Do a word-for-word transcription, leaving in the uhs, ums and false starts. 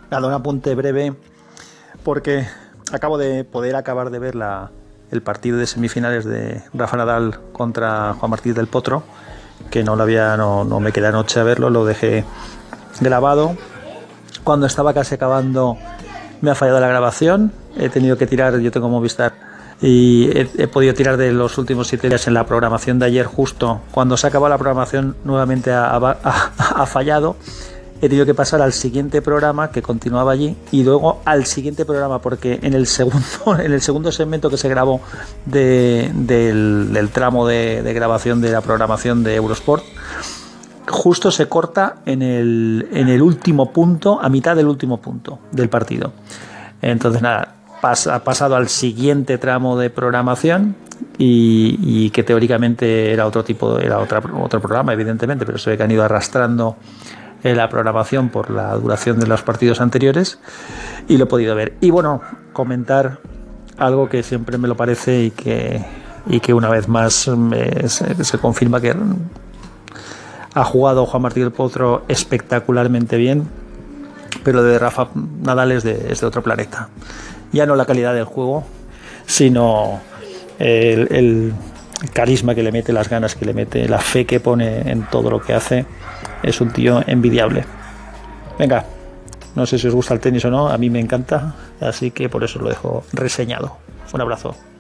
Nada, un apunte breve, porque acabo de poder acabar de ver la, el partido de semifinales de Rafa Nadal contra Juan Martí del Potro, que no lo había, no, no me quedé anoche a verlo, lo dejé grabado. Cuando estaba casi acabando me ha fallado la grabación, he tenido que tirar, yo tengo Movistar, y he, he podido tirar de los últimos siete días en la programación de ayer. Justo cuando se acabó la programación nuevamente ha, ha, ha, ha fallado. He tenido que pasar al siguiente programa que continuaba allí y luego al siguiente programa, porque en el segundo, en el segundo segmento que se grabó de, del, del tramo de, de grabación de la programación de Eurosport, justo se corta en el, en el último punto, a mitad del último punto del partido. Entonces nada, ha pasado al siguiente tramo de programación y, y que teóricamente era otro tipo, era otra, otro programa, evidentemente, pero se ve que han ido arrastrando la programación por la duración de los partidos anteriores y lo he podido ver. Y bueno, comentar algo que siempre me lo parece y que, y que una vez más me, se, se confirma que ha jugado Juan Martí del Potro espectacularmente bien, pero de Rafa Nadal es de, es de otro planeta. Ya no la calidad del juego, sino el, el carisma que le mete, las ganas que le mete, la fe que pone en todo lo que hace. Es un tío envidiable. Venga, no sé si os gusta el tenis o no, a mí me encanta, así que por eso lo dejo reseñado. Un abrazo.